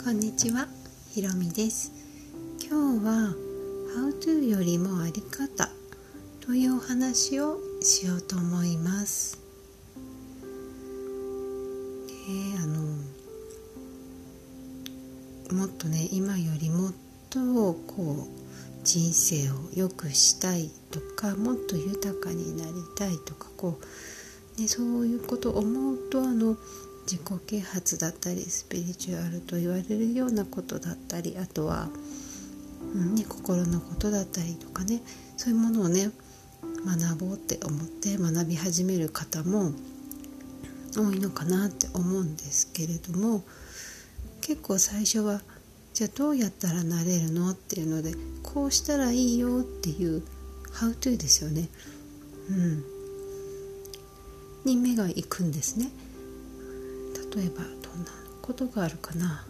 こんにちは、ひろみです。今日は How to よりもあり方というお話をしようと思います。もっとね、今よりもっと人生を良くしたいとか、もっと豊かになりたいとかそういうことを思うと自己啓発だったりスピリチュアルと言われるようなことだったり、あとは、心のことだったりとかね、そういうものをね学ぼうって思って学び始める方も多いのかなって思うんですけれども、結構最初はじゃあどうやったらなれるのっていうので、こうしたらいいよっていう How to ですよね、に目が行くんですね。例えばどんなことがあるかな。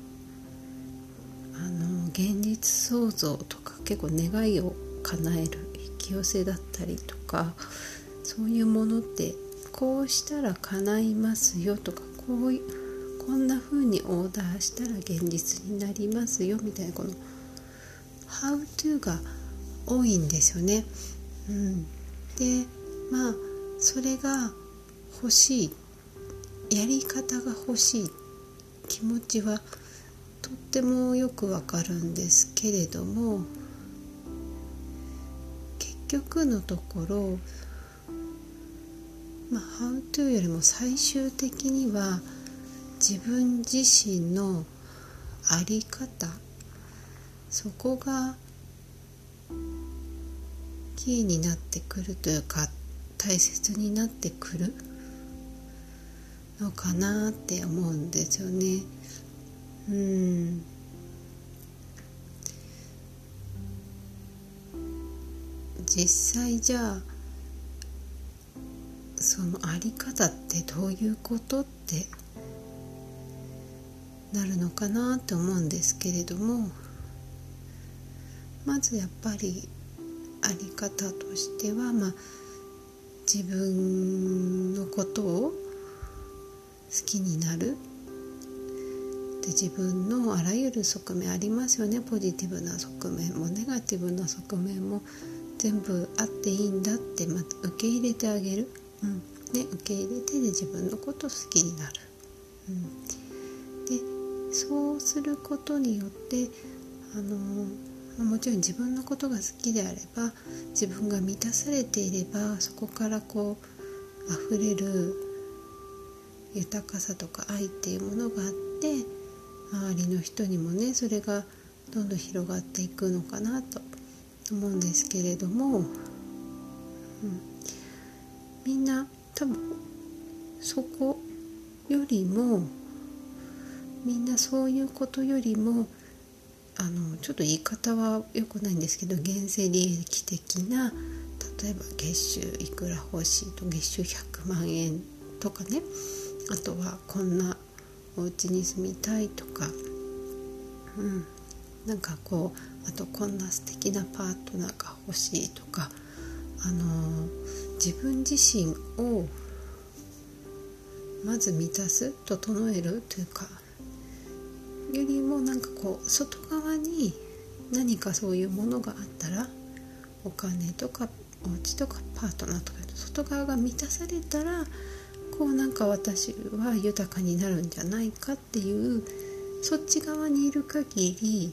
現実創造とか、結構願いを叶える引き寄せだったりとか、そういうものってこうしたら叶いますよとか、こんな風にオーダーしたら現実になりますよみたいな、この How to が多いんですよね。でそれが欲しい、やり方が欲しい気持ちはとってもよくわかるんですけれども、結局のところHow to よりも最終的には自分自身のあり方、そこがキーになってくるというか、大切になってくるのかなって思うんですよね。実際じゃあそのあり方ってどういうことってなるのかなって思うんですけれども、まずやっぱりあり方としては、自分のことを好きになるで、自分のあらゆる側面ありますよね。ポジティブな側面もネガティブな側面も全部あっていいんだって、受け入れてあげる、受け入れてで自分のことを好きになる、でそうすることによってもちろん自分のことが好きであれば、自分が満たされていれば、そこから溢れる豊かさとか愛っていうものがあって、周りの人にもねそれがどんどん広がっていくのかなと思うんですけれども、みんな多分そこよりも、みんなそういうことよりもちょっと言い方は良くないんですけど、現世利益的な、例えば月収いくら欲しいと、月収100万円とかね、あとはこんなお家に住みたいとか、あとこんな素敵なパートナーが欲しいとか、自分自身をまず満たす、整えるというかよりも、外側に何かそういうものがあったら、お金とかお家とかパートナーとか、外側が満たされたら私は豊かになるんじゃないかっていう、そっち側にいる限り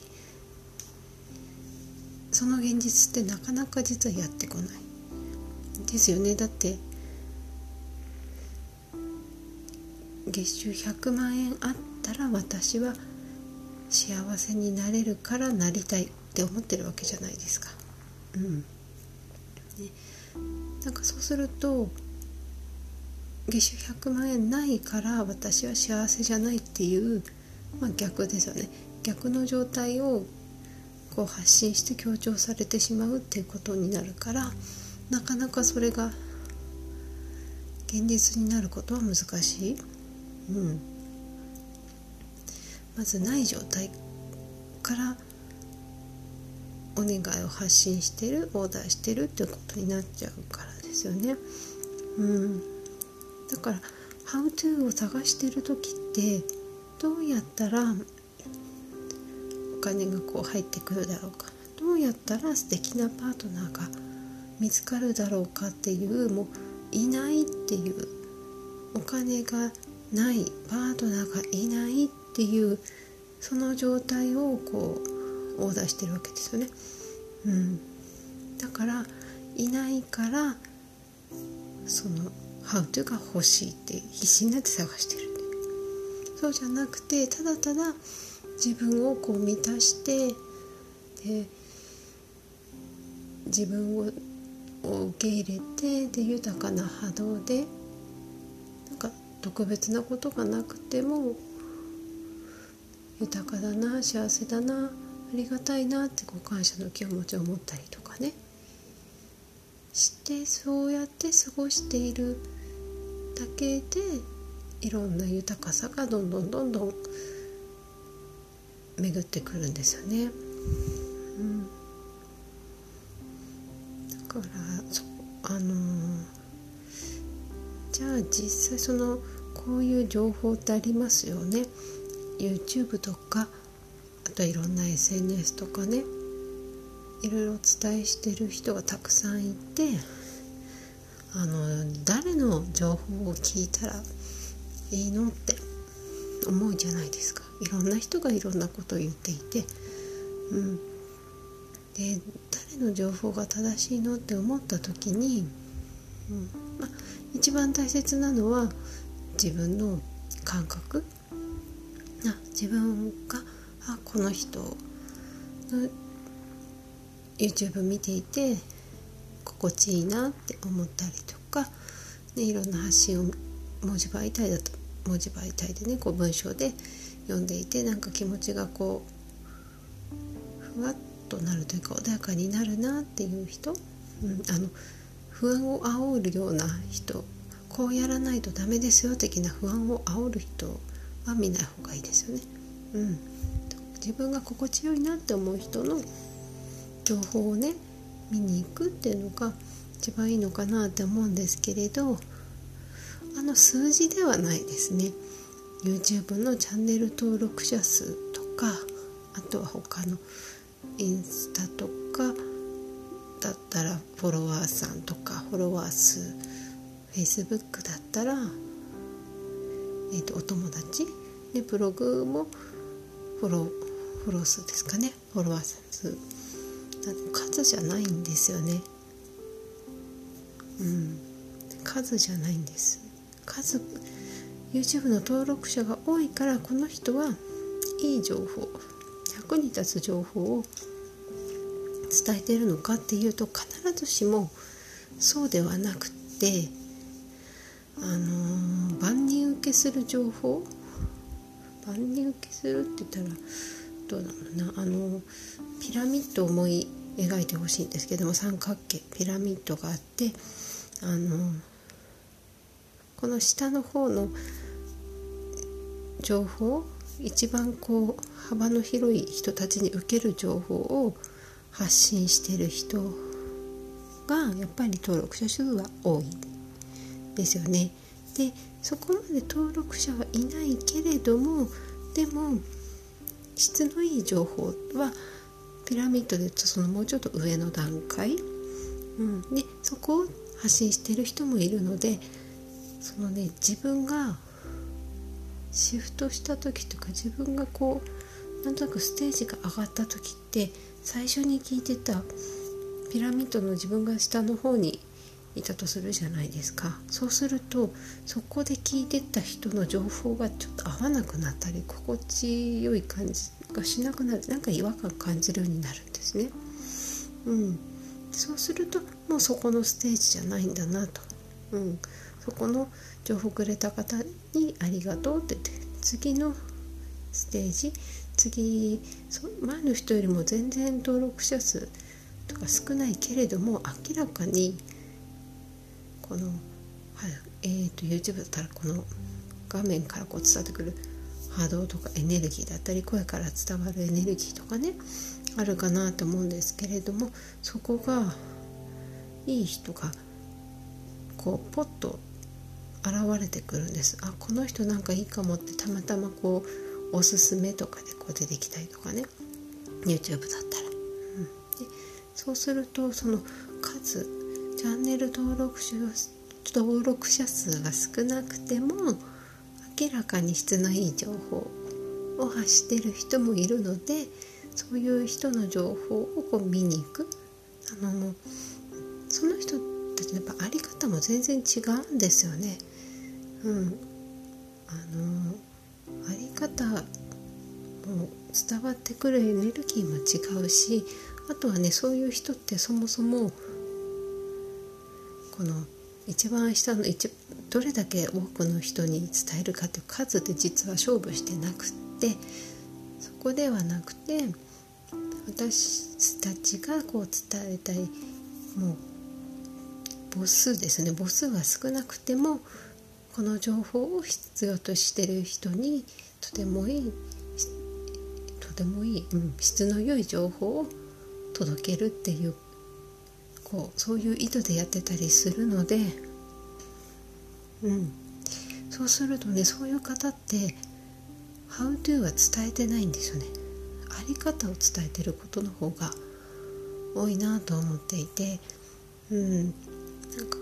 その現実ってなかなか実はやってこないですよね。だって月収100万円あったら私は幸せになれるからなりたいって思ってるわけじゃないですか。そうすると、月収100万円ないから私は幸せじゃないっていう、逆ですよね。逆の状態を発信して強調されてしまうっていうことになるから、なかなかそれが現実になることは難しい。まずない状態からお願いを発信してる、オーダーしてるっていうことになっちゃうからですよね。だから How to を探してる時って、どうやったら金がこう入ってくるだろうか、どうやったら素敵なパートナーが見つかるだろうかっていう、もういないっていう、お金がないパートナーがいないっていうその状態をこうオーダーしてるわけですよね。だからいないからそのハウトゥが欲しいって必死になって探してる。そうじゃなくて、ただただ自分をこう満たして、で自分を受け入れて、で豊かな波動で、なんか特別なことがなくても豊かだな、幸せだな、ありがたいなってこう感謝の気持ちを持ったりとかねして、そうやって過ごしているだけでいろんな豊かさがどんどん巡ってくるんですよね。だからじゃあ実際こういう情報ってありますよね。 YouTube とか、あといろんな SNS とかね、いろいろお伝えしてる人がたくさんいて、誰の情報を聞いたらいいのって思うじゃないですか。いろんな人がいろんなことを言っていて、で誰の情報が正しいのって思った時に、一番大切なのは自分の感覚、自分がこの人の YouTube 見ていて心地いいなって思ったりとか、いろんな発信を文字媒体でね、こう文章で読んでいて、なんか気持ちがこうふわっとなるというか穏やかになるなっていう人、不安を煽るような人、こうやらないとダメですよ的な不安を煽る人は見ない方がいいですよね。自分が心地よいなって思う人の情報をね見に行くっていうのが一番いいのかなって思うんですけれど、数字ではないですね。 YouTube のチャンネル登録者数とか、あとは他のインスタとかだったらフォロワーさんとかフォロワー数、 Facebook だったら、お友達で、ブログもフォロー数ですかね、フォロワー数、数じゃないんですよね。数じゃないんです。YouTube の登録者が多いから、この人はいい情報、役に立つ情報を伝えているのかっていうと、必ずしもそうではなくて、万人受けする情報、万人受けするって言ったらどうだろうな、ピラミッドを思い描いてほしいんですけども、三角形ピラミッドがあって、この下の方の情報、一番こう幅の広い人たちに受ける情報を発信している人がやっぱり登録者数は多いですよね。でそこまで登録者はいないけれども、でも質のいい情報はピラミッドでそのもうちょっと上の段階、でそこを発信している人もいるので、自分がシフトした時とか、自分がこうなんとなくステージが上がった時って、最初に聞いてたピラミッドの自分が下の方にいたとするじゃないですか。そうするとそこで聞いてた人の情報がちょっと合わなくなったり、心地よい感じがしなくなる、なんか違和感感じるようになるんですね。そうするともうそこのステージじゃないんだなと、そこの情報くれた方にありがとうって言って、次のステージ、前の人よりも全然登録者数とか少ないけれども、明らかにこの、YouTube だったらこの画面からこう伝わってくる波動とかエネルギーだったり、声から伝わるエネルギーとかね、あるかなと思うんですけれども、そこがいい人がこうポッと現れてくるんです。この人なんかいいかもって、たまたまこうおすすめとかでこう出てきたりとかね、 YouTube だったら、でそうするとその数チャンネル登録者数が少なくても明らかに質のいい情報を発している人もいるので、そういう人の情報をこう見に行く、その人たちのやっぱあり方も全然違うんですよね。あり方も伝わってくるエネルギーも違うし、あとはね、そういう人ってそもそもこの一番下のどれだけ多くの人に伝えるかという数で実は勝負してなくって、そこではなくて私たちがこう伝えたいもう母数ですね、母数が少なくてもこの情報を必要としている人にとてもいい、質の良い情報を届けるっていう、そういう意図でやってたりするので、そうするとね、そういう方ってHow to は伝えてないんですよね。あり方を伝えてることの方が多いなと思っていて、なんか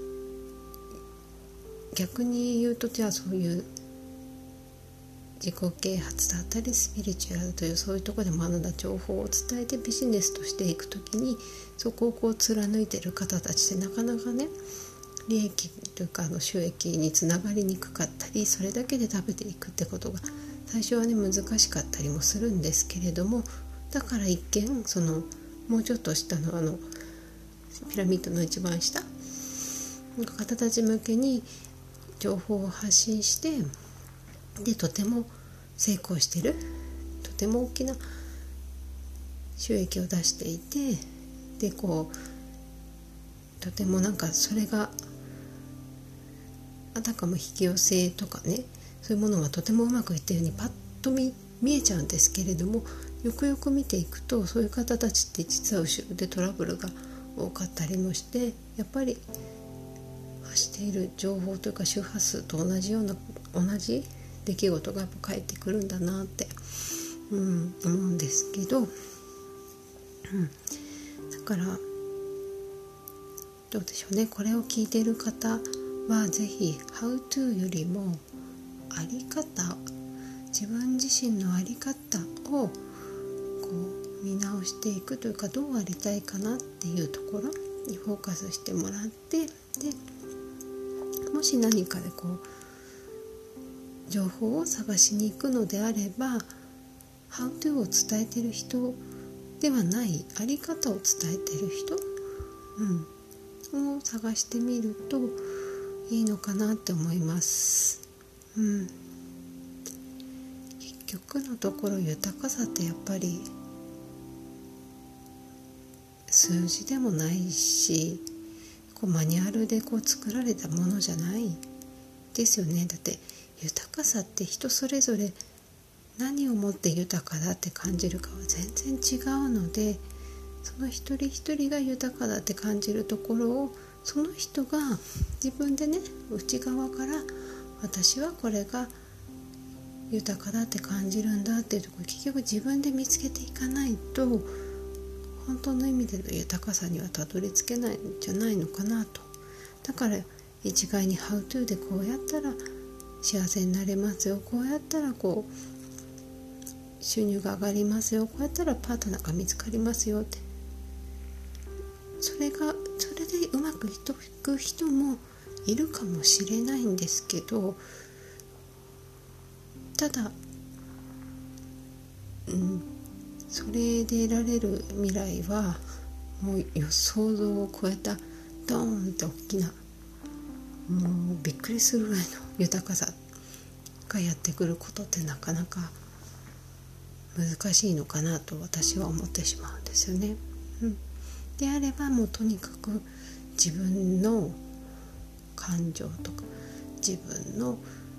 逆に言うと、じゃあそういう自己啓発だったりスピリチュアルというそういうところで学んだ情報を伝えてビジネスとしていくときに、そこを貫いている方たちってなかなかね、利益というか収益につながりにくかったり、それだけで食べていくってことが最初はね難しかったりもするんですけれども、だから一見もうちょっと下のピラミッドの一番下の方たち向けに情報を発信して、でとても成功している、とても大きな収益を出していて、でとてもそれがあたかも引き寄せとかね、そういうものがとてもうまくいっているようにパッと見えちゃうんですけれども、よくよく見ていくとそういう方たちって実は後ろでトラブルが多かったりもして、やっぱり発している情報というか周波数と同じ出来事がやっぱ返ってくるんだなって、思うんですけど、だからどうでしょうね、これを聞いている方はぜひ How to よりもあり方、自分自身のあり方を見直していくというか、どうありたいかなっていうところにフォーカスしてもらって、でもし何かで情報を探しに行くのであれば How to を伝えている人ではないあり方を伝えている人、を探してみるといいのかなって思います。結局のところ豊かさってやっぱり数字でもないし、マニュアルで作られたものじゃないですよね。だって豊かさって人それぞれ何をもって豊かだって感じるかは全然違うので、その一人一人が豊かだって感じるところをその人が自分でね、内側から私はこれが豊かだって感じるんだっていうところ、結局自分で見つけていかないと本当の意味での豊かさにはたどり着けないんじゃないのかなと。だから一概に How to でこうやったら幸せになれますよ、こうやったら収入が上がりますよ、こうやったらパートナーが見つかりますよって、それでうまくいく人もいるかもしれないんですけど、ただそれで得られる未来はもう想像を超えたドーンって大きな、もうびっくりするぐらいの豊かさがやってくることってなかなか難しいのかなと私は思ってしまうんですよね。であればもうとにかく自分の感情とか自分の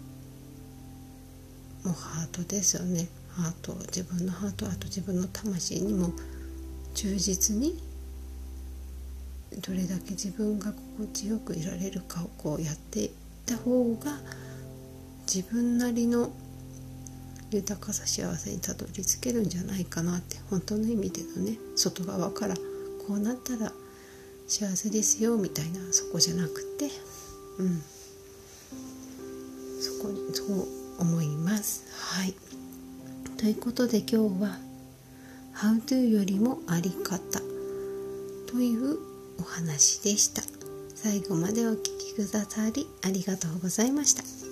もうハートですよね。自分のハート、あと自分の魂にも忠実にどれだけ自分が心地よくいられるかをやっていった方が自分なりの豊かさ幸せにたどり着けるんじゃないかなって、本当の意味でのね、外側からこうなったら幸せですよみたいな、そこじゃなくて、そう思います。はい、ということで今日は How to よりもあり方というお話でした。最後までお聞きくださりありがとうございました。